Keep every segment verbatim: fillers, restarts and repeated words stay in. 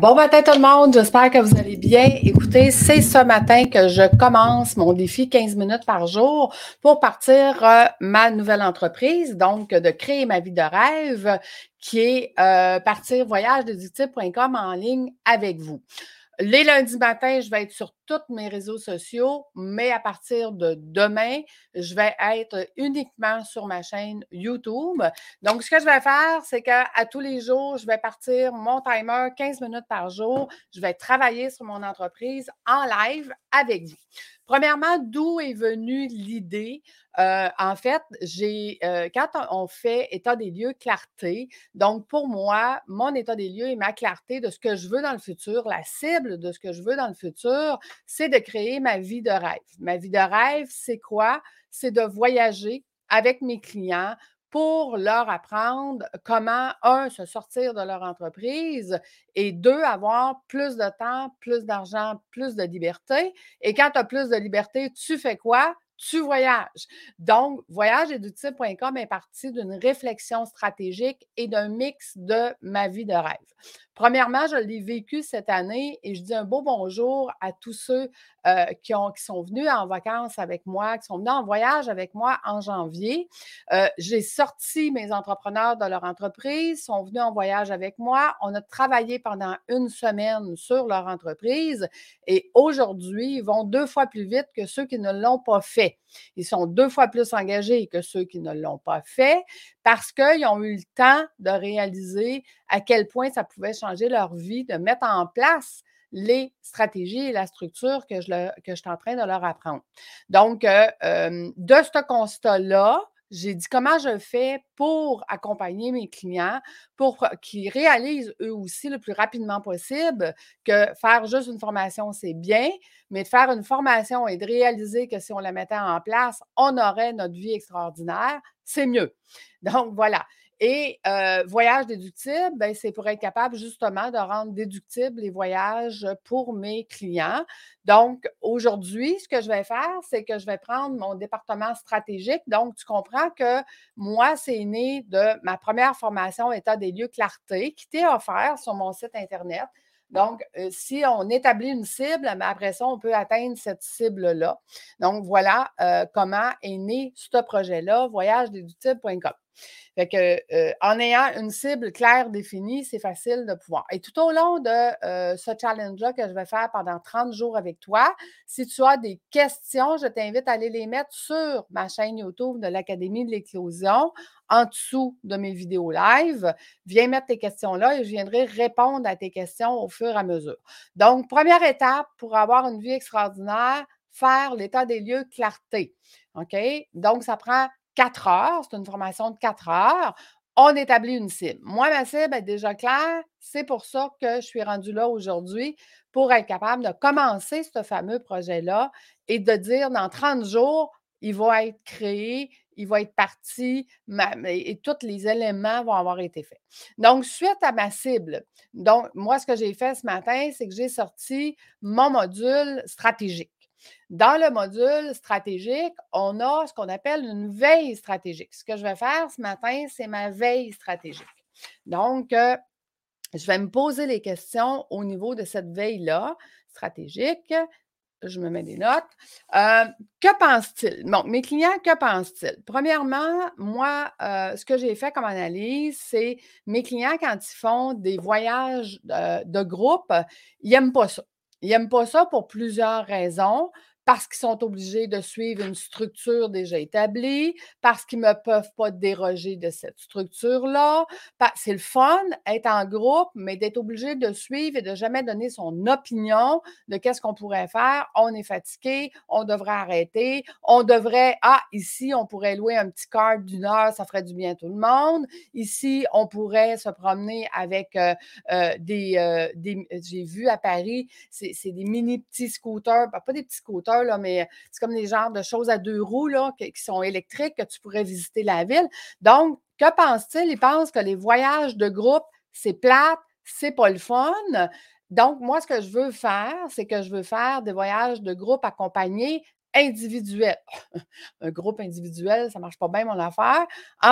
Bon matin tout le monde, j'espère que vous allez bien. Écoutez, c'est ce matin que je commence mon défi quinze minutes par jour pour partir euh, ma nouvelle entreprise, donc de créer ma vie de rêve, qui est euh, partir voyage déductible point com en ligne avec vous. Les lundis matins, je vais être sur tous mes réseaux sociaux, mais à partir de demain, je vais être uniquement sur ma chaîne YouTube. Donc, ce que je vais faire, c'est qu'à tous les jours, je vais partir mon timer quinze minutes par jour. Je vais travailler sur mon entreprise en live avec vous. Premièrement, d'où est venue l'idée? Euh, en fait, j'ai euh, quand on fait état des lieux, clarté, donc pour moi, mon état des lieux et ma clarté de ce que je veux dans le futur, la cible de ce que je veux dans le futur, c'est de créer ma vie de rêve. Ma vie de rêve, c'est quoi? C'est de voyager avec mes clients pour leur apprendre comment, un, se sortir de leur entreprise et deux, avoir plus de temps, plus d'argent, plus de liberté. Et quand tu as plus de liberté, tu fais quoi? Tu voyages. Donc, voyage déductible point com est parti d'une réflexion stratégique et d'un mix de ma vie de rêve. Premièrement, je l'ai vécu cette année et je dis un beau bonjour à tous ceux euh, qui, ont, qui sont venus en vacances avec moi, qui sont venus en voyage avec moi en janvier. Euh, j'ai sorti mes entrepreneurs de leur entreprise, sont venus en voyage avec moi. On a travaillé pendant une semaine sur leur entreprise et aujourd'hui, ils vont deux fois plus vite que ceux qui ne l'ont pas fait. Ils sont deux fois plus engagés que ceux qui ne l'ont pas fait parce qu'ils ont eu le temps de réaliser à quel point ça pouvait changer leur vie, de mettre en place les stratégies et la structure que je, le, que je suis en train de leur apprendre. Donc, euh, euh, de ce constat-là, j'ai dit comment je fais pour accompagner mes clients, pour qu'ils réalisent eux aussi le plus rapidement possible que faire juste une formation, c'est bien, mais de faire une formation et de réaliser que si on la mettait en place, on aurait notre vie extraordinaire, c'est mieux. Donc, voilà. Et euh, voyage déductible, ben, c'est pour être capable justement de rendre déductibles les voyages pour mes clients. Donc, aujourd'hui, ce que je vais faire, c'est que je vais prendre mon département stratégique. Donc, tu comprends que moi, c'est né de ma première formation État des lieux clarté qui t'est offert sur mon site Internet. Donc, euh, si on établit une cible, mais après ça, on peut atteindre cette cible-là. Donc, voilà euh, comment est né ce projet-là, voyage déductible point com. Fait que, euh, en ayant une cible claire définie, c'est facile de pouvoir. Et tout au long de euh, ce challenge-là que je vais faire pendant trente jours avec toi, si tu as des questions, je t'invite à aller les mettre sur ma chaîne YouTube de l'Académie de l'éclosion, en dessous de mes vidéos live. Viens mettre tes questions là et je viendrai répondre à tes questions au fur et à mesure. Donc, première étape pour avoir une vie extraordinaire, faire l'état des lieux clarté. OK? Donc, ça prend quatre heures, c'est une formation de quatre heures. On établit une cible. Moi, ma cible est déjà claire. C'est pour ça que je suis rendue là aujourd'hui pour être capable de commencer ce fameux projet-là et de dire dans trente jours, il va être créé, il va être parti et tous les éléments vont avoir été faits. Donc, suite à ma cible, donc moi, ce que j'ai fait ce matin, c'est que j'ai sorti mon module stratégique. Dans le module stratégique, on a ce qu'on appelle une veille stratégique. Ce que je vais faire ce matin, c'est ma veille stratégique. Donc, euh, je vais me poser les questions au niveau de cette veille-là stratégique. Je me mets des notes. Euh, que pensent-ils? Bon, mes clients, que pensent-ils? Premièrement, moi, euh, ce que j'ai fait comme analyse, c'est mes clients, quand ils font des voyages de, de groupe, ils n'aiment pas ça. Ils n'aiment pas ça pour plusieurs raisons. Parce qu'ils sont obligés de suivre une structure déjà établie, parce qu'ils ne peuvent pas déroger de cette structure-là. C'est le fun, être en groupe, mais d'être obligé de suivre et de jamais donner son opinion de qu'est-ce qu'on pourrait faire. On est fatigué, on devrait arrêter, on devrait, ah, ici, on pourrait louer un petit car d'une heure, ça ferait du bien à tout le monde. Ici, on pourrait se promener avec euh, euh, des, euh, des, j'ai vu à Paris, c'est, c'est des mini petits scooters, pas des petits scooters, là, mais c'est comme des genres de choses à deux roues là, qui, qui sont électriques, que tu pourrais visiter la ville. Donc, que pensent-ils? Ils pensent que les voyages de groupe, c'est plate, c'est pas le fun. Donc, moi, ce que je veux faire, c'est que je veux faire des voyages de groupe accompagnés individuels. Un groupe individuel, ça ne marche pas bien, mon affaire. En fait,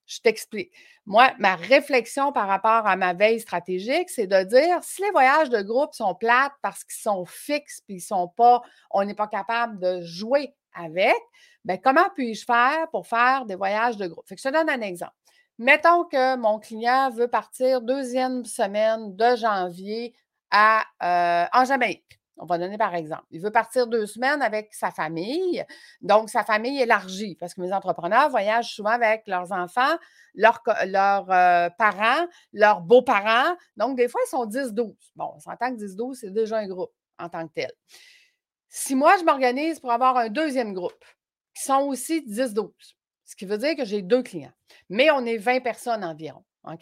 Je t'explique. Moi, ma réflexion par rapport à ma veille stratégique, c'est de dire si les voyages de groupe sont plates parce qu'ils sont fixes puis ils sont pas, on n'est pas capable de jouer avec, bien, comment puis-je faire pour faire des voyages de groupe? Fait que je te donne un exemple. Mettons que mon client veut partir deuxième semaine de janvier à, euh, en Jamaïque. On va donner par exemple. Il veut partir deux semaines avec sa famille, donc sa famille élargie, parce que mes entrepreneurs voyagent souvent avec leurs enfants, leurs, leurs euh, parents, leurs beaux-parents. Donc, des fois, ils sont dix douze. Bon, on s'entend que dix douze, c'est déjà un groupe en tant que tel. Si moi, je m'organise pour avoir un deuxième groupe, qui sont aussi dix douze, ce qui veut dire que j'ai deux clients, mais on est vingt personnes environ, OK?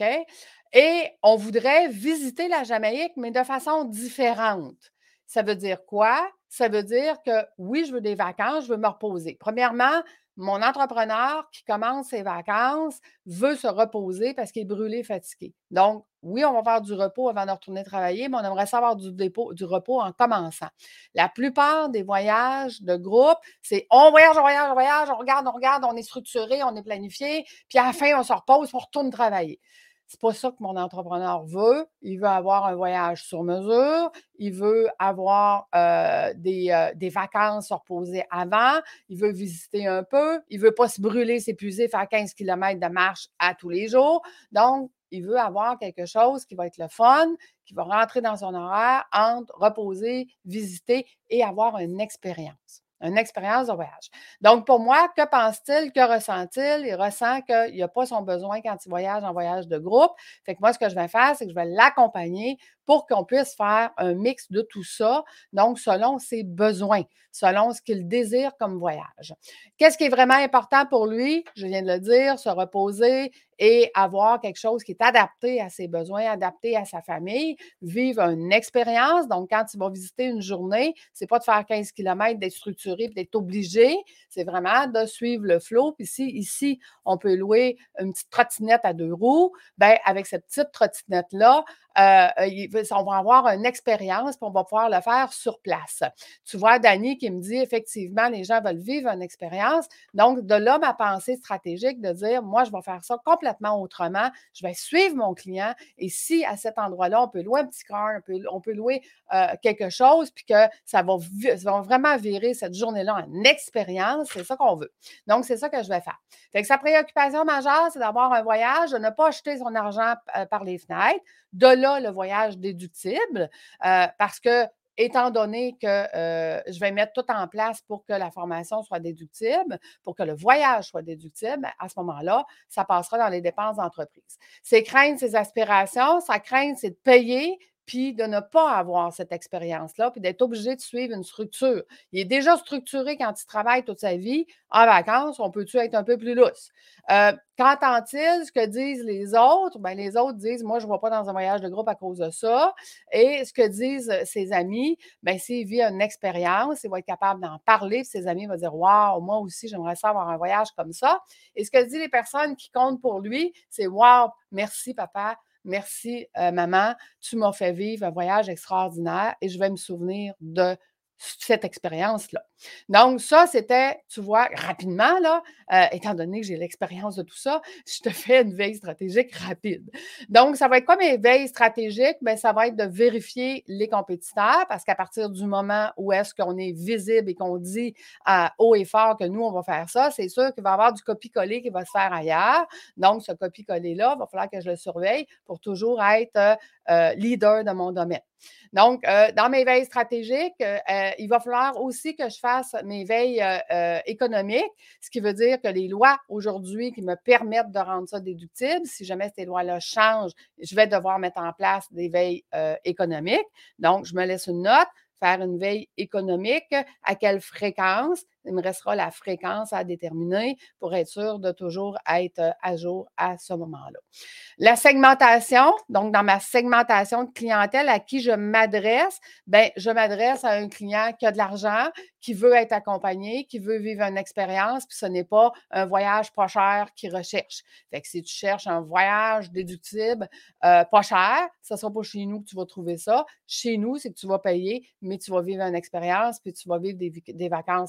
Et on voudrait visiter la Jamaïque, mais de façon différente. Ça veut dire quoi? Ça veut dire que oui, je veux des vacances, je veux me reposer. Premièrement, mon entrepreneur qui commence ses vacances veut se reposer parce qu'il est brûlé, fatigué. Donc, oui, on va faire du repos avant de retourner travailler, mais on aimerait savoir du, dépôt, du repos en commençant. La plupart des voyages de groupe, c'est on voyage, on voyage, on voyage, on regarde, on regarde, on est structuré, on est planifié, puis à la fin, on se repose, on retourne travailler. C'est pas ça que mon entrepreneur veut. Il veut avoir un voyage sur mesure. Il veut avoir euh, des, euh, des vacances se reposer avant. Il veut visiter un peu. Il veut pas se brûler, s'épuiser, faire quinze kilomètres de marche à tous les jours. Donc, il veut avoir quelque chose qui va être le fun, qui va rentrer dans son horaire entre reposer, visiter et avoir une expérience. Une expérience de voyage. Donc, pour moi, que pense-t-il? Que ressent-il? Il ressent qu'il n'a pas son besoin quand il voyage en voyage de groupe. Fait que moi, ce que je vais faire, c'est que je vais l'accompagner pour qu'on puisse faire un mix de tout ça, donc selon ses besoins, selon ce qu'il désire comme voyage. Qu'est-ce qui est vraiment important pour lui? Je viens de le dire, se reposer et avoir quelque chose qui est adapté à ses besoins, adapté à sa famille, vivre une expérience. Donc, quand tu vas visiter une journée, c'est pas de faire quinze kilomètres, d'être structuré, puis d'être obligé, c'est vraiment de suivre le flow. Puis si ici, on peut louer une petite trottinette à deux roues, bien, avec cette petite trottinette-là, euh, on va avoir une expérience, puis on va pouvoir le faire sur place. Tu vois, Dani qui me dit, effectivement, les gens veulent vivre une expérience. Donc, de là, ma pensée stratégique de dire, moi, je vais faire ça complètement autrement. Je vais suivre mon client. Et si à cet endroit-là, on peut louer un petit car, on peut, on peut louer euh, quelque chose, puis que ça va, ça va vraiment virer cette journée-là en expérience, c'est ça qu'on veut. Donc, c'est ça que je vais faire. Fait que sa préoccupation majeure, c'est d'avoir un voyage, de ne pas jeter son argent euh, par les fenêtres. De là, le voyage déductible, euh, parce que étant donné que euh, je vais mettre tout en place pour que la formation soit déductible, pour que le voyage soit déductible, à ce moment-là, ça passera dans les dépenses d'entreprise. Ses craintes, ses aspirations, sa crainte, c'est de payer puis de ne pas avoir cette expérience-là, puis d'être obligé de suivre une structure. Il est déjà structuré quand il travaille toute sa vie. En vacances, on peut-tu être un peu plus lousse? Euh, Qu'entend-il ce que disent les autres? Bien, les autres disent, moi, je ne vais pas dans un voyage de groupe à cause de ça. Et ce que disent ses amis, bien, s'il vit une expérience, il va être capable d'en parler. Ses amis vont dire, waouh, moi aussi, j'aimerais ça avoir un voyage comme ça. Et ce que disent les personnes qui comptent pour lui, c'est, waouh, merci, papa. Merci, euh, maman, tu m'as fait vivre un voyage extraordinaire et je vais me souvenir de cette expérience-là. Donc, ça, c'était, tu vois, rapidement, là, euh, étant donné que j'ai l'expérience de tout ça, je te fais une veille stratégique rapide. Donc, ça va être quoi mes veilles stratégiques? Bien, ça va être de vérifier les compétiteurs parce qu'à partir du moment où est-ce qu'on est visible et qu'on dit à haut et fort que nous, on va faire ça, c'est sûr qu'il va y avoir du copier-coller qui va se faire ailleurs. Donc, ce copier-coller-là, il va falloir que je le surveille pour toujours être euh, leader de mon domaine. Donc, euh, dans mes veilles stratégiques, euh, il va falloir aussi que je fasse mes veilles euh, euh, économiques, ce qui veut dire que les lois aujourd'hui qui me permettent de rendre ça déductible, si jamais ces lois-là changent, je vais devoir mettre en place des veilles euh, économiques. Donc, je me laisse une note, faire une veille économique, à quelle fréquence. Il me restera la fréquence à déterminer pour être sûr de toujours être à jour à ce moment-là. La segmentation, donc dans ma segmentation de clientèle à qui je m'adresse, bien, je m'adresse à un client qui a de l'argent, qui veut être accompagné, qui veut vivre une expérience, puis ce n'est pas un voyage pas cher qu'il recherche. Fait que si tu cherches un voyage déductible euh, pas cher, ce ne sera pas chez nous que tu vas trouver ça. Chez nous, c'est que tu vas payer, mais tu vas vivre une expérience, puis tu vas vivre des, des vacances wow!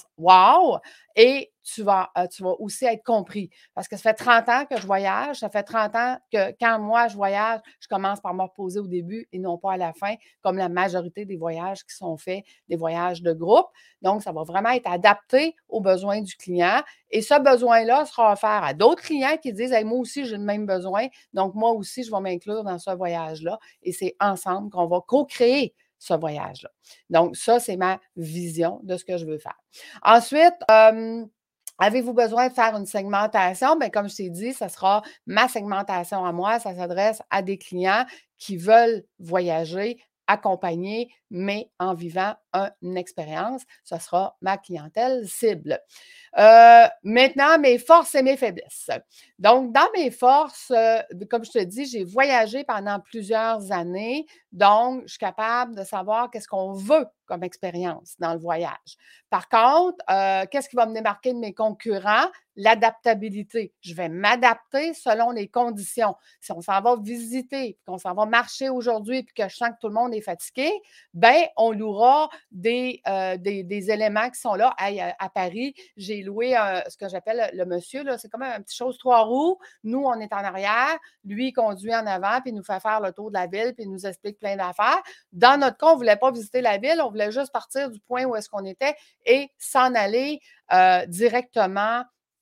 wow et tu vas, euh, tu vas aussi être compris. Parce que ça fait trente ans que je voyage, ça fait trente ans que quand moi je voyage, je commence par me reposer au début et non pas à la fin, comme la majorité des voyages qui sont faits, des voyages de groupe. Donc, ça va vraiment être adapté aux besoins du client et ce besoin-là sera offert à d'autres clients qui disent hey, moi aussi, j'ai le même besoin, donc moi aussi, je vais m'inclure dans ce voyage-là et c'est ensemble qu'on va co-créer ce voyage-là. Donc, ça, c'est ma vision de ce que je veux faire. Ensuite, euh, avez-vous besoin de faire une segmentation? Bien, comme je t'ai dit, ça sera ma segmentation à moi. Ça s'adresse à des clients qui veulent voyager, accompagner, mais en vivant une expérience. Ce sera ma clientèle cible. Euh, maintenant, mes forces et mes faiblesses. Donc, dans mes forces, euh, comme je te dis, j'ai voyagé pendant plusieurs années. Donc, je suis capable de savoir qu'est-ce qu'on veut comme expérience dans le voyage. Par contre, euh, qu'est-ce qui va me démarquer de mes concurrents? L'adaptabilité. Je vais m'adapter selon les conditions. Si on s'en va visiter, puis qu'on s'en va marcher aujourd'hui, puis que je sens que tout le monde est fatigué, bien, on louera des, euh, des, des éléments qui sont là. Hey, à, à Paris, j'ai loué un, ce que j'appelle le monsieur, là, c'est comme un petit chose trois roues. Nous, on est en arrière. Lui, il conduit en avant, puis il nous fait faire le tour de la ville, puis il nous explique plein d'affaires. Dans notre cas, on ne voulait pas visiter la ville, on voulait juste partir du point où est-ce qu'on était et s'en aller euh, directement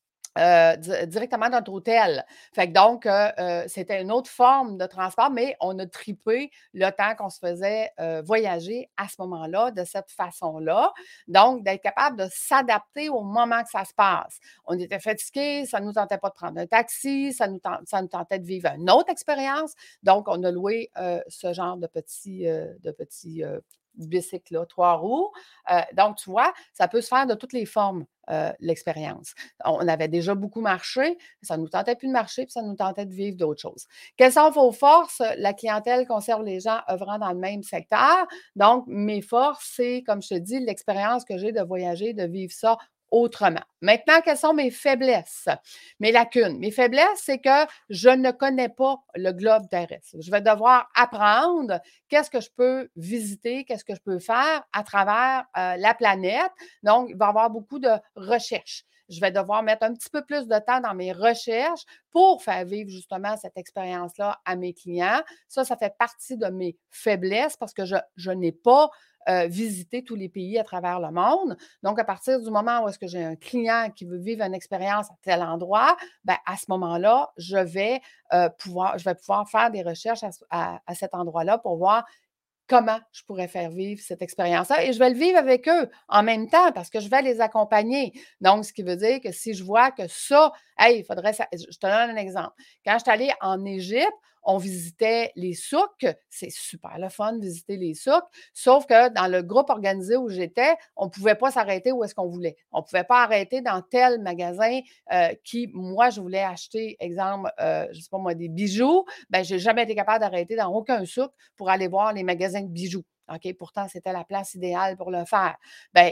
Euh, di- directement dans notre hôtel. Fait que donc, euh, euh, c'était une autre forme de transport, mais on a tripé le temps qu'on se faisait euh, voyager à ce moment-là, de cette façon-là. Donc, d'être capable de s'adapter au moment que ça se passe. On était fatigués, ça ne nous tentait pas de prendre un taxi, ça nous, tent- ça nous tentait de vivre une autre expérience. Donc, on a loué euh, ce genre de petits, euh, de petits euh, bicycles, là, trois roues. Euh, donc, tu vois, ça peut se faire de toutes les formes, euh, l'expérience. On avait déjà beaucoup marché, ça ne nous tentait plus de marcher, puis ça nous tentait de vivre d'autres choses. Quelles sont vos forces? La clientèle conserve les gens œuvrant dans le même secteur. Donc, mes forces, c'est, comme je te dis, l'expérience que j'ai de voyager, de vivre ça autrement. Maintenant, quelles sont mes faiblesses, mes lacunes? Mes faiblesses, c'est que je ne connais pas le globe terrestre. Je vais devoir apprendre qu'est-ce que je peux visiter, qu'est-ce que je peux faire à travers euh, la planète. Donc, il va y avoir beaucoup de recherche. Je vais devoir mettre un petit peu plus de temps dans mes recherches pour faire vivre justement cette expérience-là à mes clients. Ça, ça fait partie de mes faiblesses parce que je, je n'ai pas euh, visité tous les pays à travers le monde. Donc, à partir du moment où est-ce que j'ai un client qui veut vivre une expérience à tel endroit, bien, à ce moment-là, je vais, euh, pouvoir, je vais pouvoir faire des recherches à, à, à cet endroit-là pour voir comment je pourrais faire vivre cette expérience-là. Et je vais le vivre avec eux en même temps parce que je vais les accompagner. Donc, ce qui veut dire que si je vois que ça, hey, il faudrait ça. Je te donne un exemple. Quand je suis allée en Égypte, on visitait les souks. C'est super le fun de visiter les souks. Sauf que dans le groupe organisé où j'étais, on ne pouvait pas s'arrêter où est-ce qu'on voulait. On ne pouvait pas arrêter dans tel magasin euh, qui, moi, je voulais acheter, exemple, euh, je ne sais pas moi, des bijoux. Ben, je n'ai jamais été capable d'arrêter dans aucun souk pour aller voir les magasins de bijoux. OK? Pourtant, c'était la place idéale pour le faire. Bien,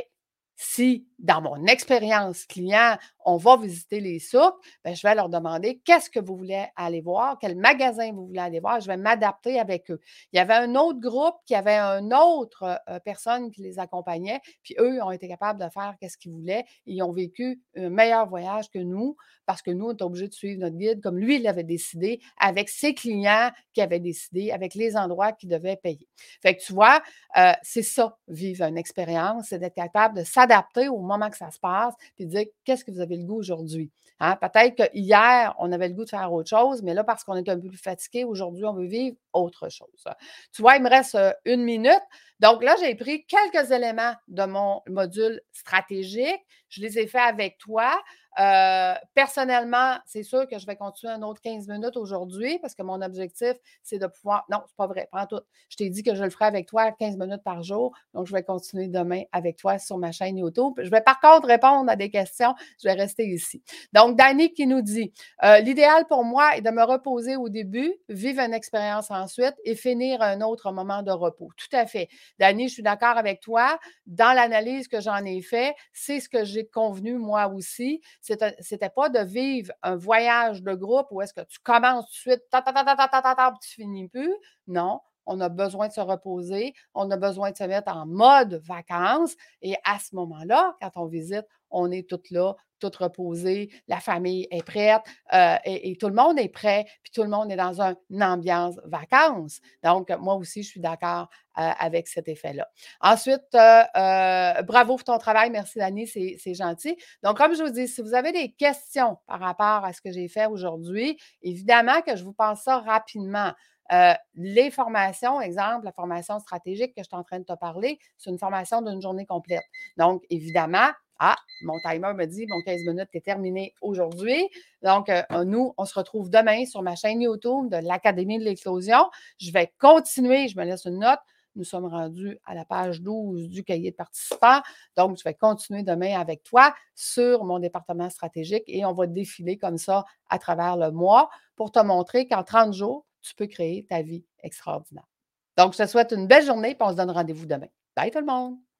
si, dans mon expérience client, on va visiter les souks, bien, je vais leur demander qu'est-ce que vous voulez aller voir, quel magasin vous voulez aller voir, je vais m'adapter avec eux. Il y avait un autre groupe qui avait une autre euh, personne qui les accompagnait, puis eux ont été capables de faire qu'est-ce qu'ils voulaient. Ils ont vécu un meilleur voyage que nous parce que nous, on était obligés de suivre notre guide comme lui, il l'avait décidé, avec ses clients qui avaient décidé, avec les endroits qu'ils devaient payer. Fait que tu vois, euh, c'est ça, vivre une expérience, c'est d'être capable de s'adapter au moment que ça se passe, puis de dire qu'est-ce que vous avez le goût aujourd'hui. Hein? Peut-être que hier, on avait le goût de faire autre chose, mais là, parce qu'on est un peu plus fatigué, aujourd'hui, on veut vivre autre chose. Tu vois, il me reste euh, une minute. Donc là, j'ai pris quelques éléments de mon module stratégique. Je les ai faits avec toi. Euh, personnellement, c'est sûr que je vais continuer un autre quinze minutes aujourd'hui parce que mon objectif, c'est de pouvoir. Non, c'est pas vrai, prends tout. Je t'ai dit que je le ferai avec toi quinze minutes par jour. Donc, je vais continuer demain avec toi sur ma chaîne YouTube. Je vais par contre répondre à des questions. Je vais rester ici. Donc, Dani qui nous dit euh, l'idéal pour moi est de me reposer au début, vivre une expérience ensuite et finir un autre moment de repos. Tout à fait. Dani, je suis d'accord avec toi. Dans l'analyse que j'en ai fait, c'est ce que j'ai convenu moi aussi. C'était, c'était pas de vivre un voyage de groupe où est-ce que tu commences tout de suite, ta, ta, ta, ta, ta, ta, ta, ta, tu finis plus. Non, on a besoin de se reposer, on a besoin de se mettre en mode vacances. Et à ce moment-là, quand on visite, on est toutes là, toutes reposées, la famille est prête euh, et, et, tout le monde est prêt, puis tout le monde est dans un, une ambiance vacances. Donc, moi aussi, je suis d'accord euh, avec cet effet-là. Ensuite, euh, euh, bravo pour ton travail. Merci, Dani, c'est, c'est gentil. Donc, comme je vous dis, si vous avez des questions par rapport à ce que j'ai fait aujourd'hui, évidemment que je vous passe ça rapidement. Euh, les formations, exemple, la formation stratégique que je suis en train de te parler, c'est une formation d'une journée complète. Donc, évidemment, ah, mon timer me dit, mon quinze minutes est terminé aujourd'hui. Donc, euh, nous, on se retrouve demain sur ma chaîne YouTube de l'Académie de l'Éclosion. Je vais continuer, je me laisse une note. Nous sommes rendus à la page douze du cahier de participants. Donc, je vais continuer demain avec toi sur mon département stratégique et on va défiler comme ça à travers le mois pour te montrer qu'en trente jours, tu peux créer ta vie extraordinaire. Donc, je te souhaite une belle journée et on se donne rendez-vous demain. Bye tout le monde!